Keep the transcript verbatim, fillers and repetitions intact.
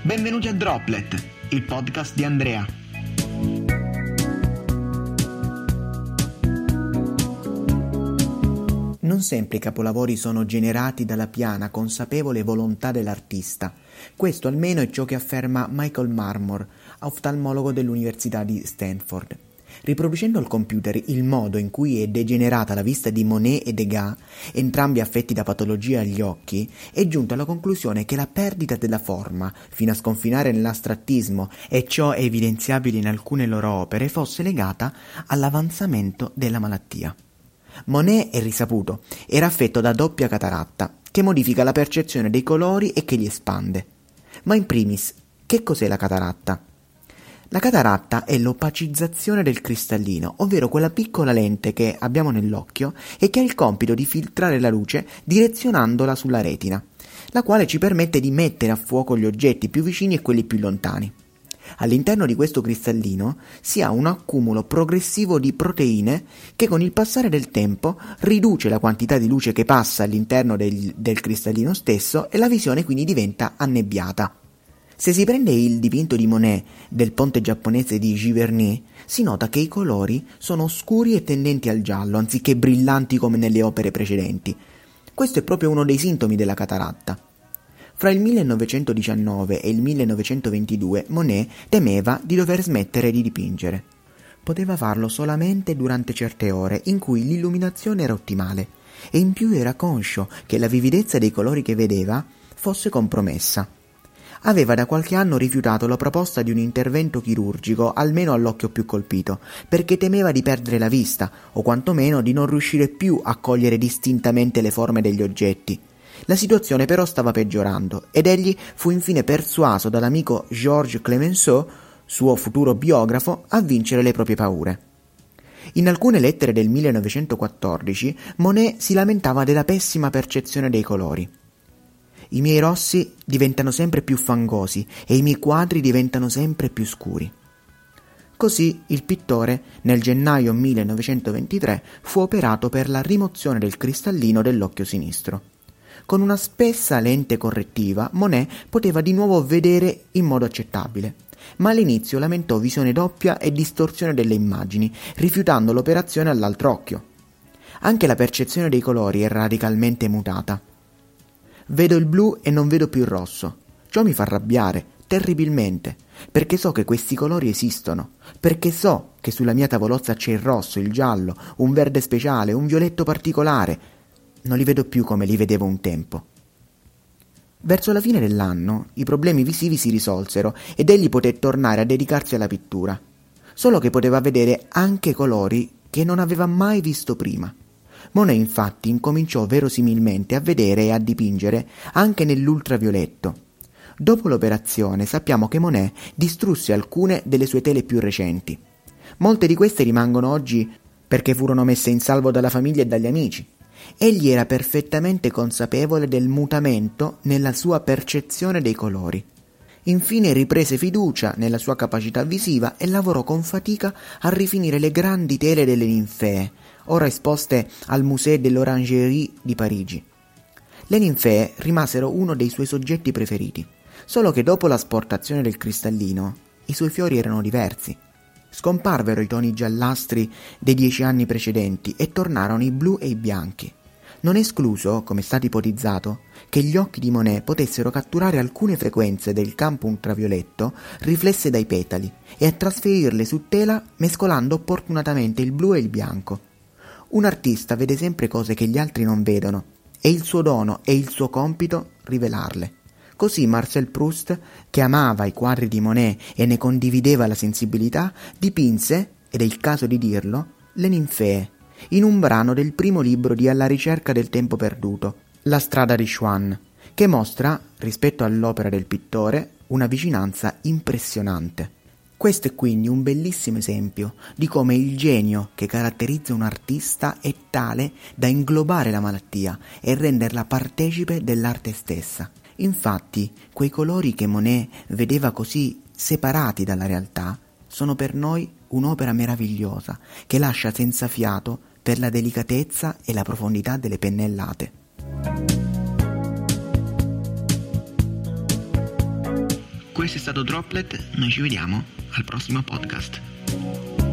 Benvenuti a Droplet, il podcast di Andrea. Non sempre i capolavori sono generati dalla piana, consapevole volontà dell'artista. Questo almeno è ciò che afferma Michael Marmor, oftalmologo dell'Università di Stanford. Riproducendo al computer il modo in cui è degenerata la vista di Monet e Degas, entrambi affetti da patologia agli occhi, è giunto alla conclusione che la perdita della forma, fino a sconfinare nell'astrattismo, e ciò è evidenziabile in alcune loro opere, fosse legata all'avanzamento della malattia. Monet, è risaputo, era affetto da doppia cataratta, che modifica la percezione dei colori e che li espande. Ma in primis, che cos'è la cataratta? La cataratta è l'opacizzazione del cristallino, ovvero quella piccola lente che abbiamo nell'occhio e che ha il compito di filtrare la luce direzionandola sulla retina, la quale ci permette di mettere a fuoco gli oggetti più vicini e quelli più lontani. All'interno di questo cristallino si ha un accumulo progressivo di proteine che con il passare del tempo riduce la quantità di luce che passa all'interno del, del cristallino stesso e la visione quindi diventa annebbiata. Se si prende il dipinto di Monet del ponte giapponese di Giverny, si nota che i colori sono scuri e tendenti al giallo, anziché brillanti come nelle opere precedenti. Questo è proprio uno dei sintomi della cataratta. Fra il millenovecentodiciannove e il millenovecentoventidue Monet temeva di dover smettere di dipingere. Poteva farlo solamente durante certe ore in cui l'illuminazione era ottimale e in più era conscio che la vividezza dei colori che vedeva fosse compromessa. Aveva da qualche anno rifiutato la proposta di un intervento chirurgico, almeno all'occhio più colpito, perché temeva di perdere la vista, o quantomeno di non riuscire più a cogliere distintamente le forme degli oggetti. La situazione però stava peggiorando, ed egli fu infine persuaso dall'amico Georges Clemenceau, suo futuro biografo, a vincere le proprie paure. In alcune lettere del millenovecentoquattordici, Monet si lamentava della pessima percezione dei colori. I miei rossi diventano sempre più fangosi e i miei quadri diventano sempre più scuri. Così il pittore, nel gennaio millenovecentoventitré, fu operato per la rimozione del cristallino dell'occhio sinistro. Con una spessa lente correttiva, Monet poteva di nuovo vedere in modo accettabile, ma all'inizio lamentò visione doppia e distorsione delle immagini, rifiutando l'operazione all'altro occhio. Anche la percezione dei colori è radicalmente mutata. Vedo il blu e non vedo più il rosso. Ciò mi fa arrabbiare, terribilmente, perché so che questi colori esistono, perché so che sulla mia tavolozza c'è il rosso, il giallo, un verde speciale, un violetto particolare. Non li vedo più come li vedevo un tempo. Verso la fine dell'anno i problemi visivi si risolsero ed egli poté tornare a dedicarsi alla pittura, solo che poteva vedere anche colori che non aveva mai visto prima. Monet infatti incominciò verosimilmente a vedere e a dipingere anche nell'ultravioletto. Dopo l'operazione sappiamo che Monet distrusse alcune delle sue tele più recenti. Molte di queste rimangono oggi perché furono messe in salvo dalla famiglia e dagli amici. Egli era perfettamente consapevole del mutamento nella sua percezione dei colori. Infine riprese fiducia nella sua capacità visiva e lavorò con fatica a rifinire le grandi tele delle ninfee, ora esposte al Musée de l'Orangerie di Parigi. Le ninfee rimasero uno dei suoi soggetti preferiti, solo che dopo l'asportazione del cristallino i suoi fiori erano diversi. Scomparvero i toni giallastri dei dieci anni precedenti e tornarono i blu e i bianchi. Non è escluso, come è stato ipotizzato, che gli occhi di Monet potessero catturare alcune frequenze del campo ultravioletto riflesse dai petali e a trasferirle su tela mescolando opportunatamente il blu e il bianco. Un artista vede sempre cose che gli altri non vedono, e il suo dono e il suo compito rivelarle. Così Marcel Proust, che amava i quadri di Monet e ne condivideva la sensibilità, dipinse, ed è il caso di dirlo, le ninfee, in un brano del primo libro di Alla ricerca del tempo perduto, La strada di Schwann, che mostra, rispetto all'opera del pittore, una vicinanza impressionante. Questo è quindi un bellissimo esempio di come il genio che caratterizza un artista è tale da inglobare la malattia e renderla partecipe dell'arte stessa. Infatti, quei colori che Monet vedeva così separati dalla realtà sono per noi un'opera meravigliosa che lascia senza fiato per la delicatezza e la profondità delle pennellate. Questo è stato Droplet, noi ci vediamo al prossimo podcast.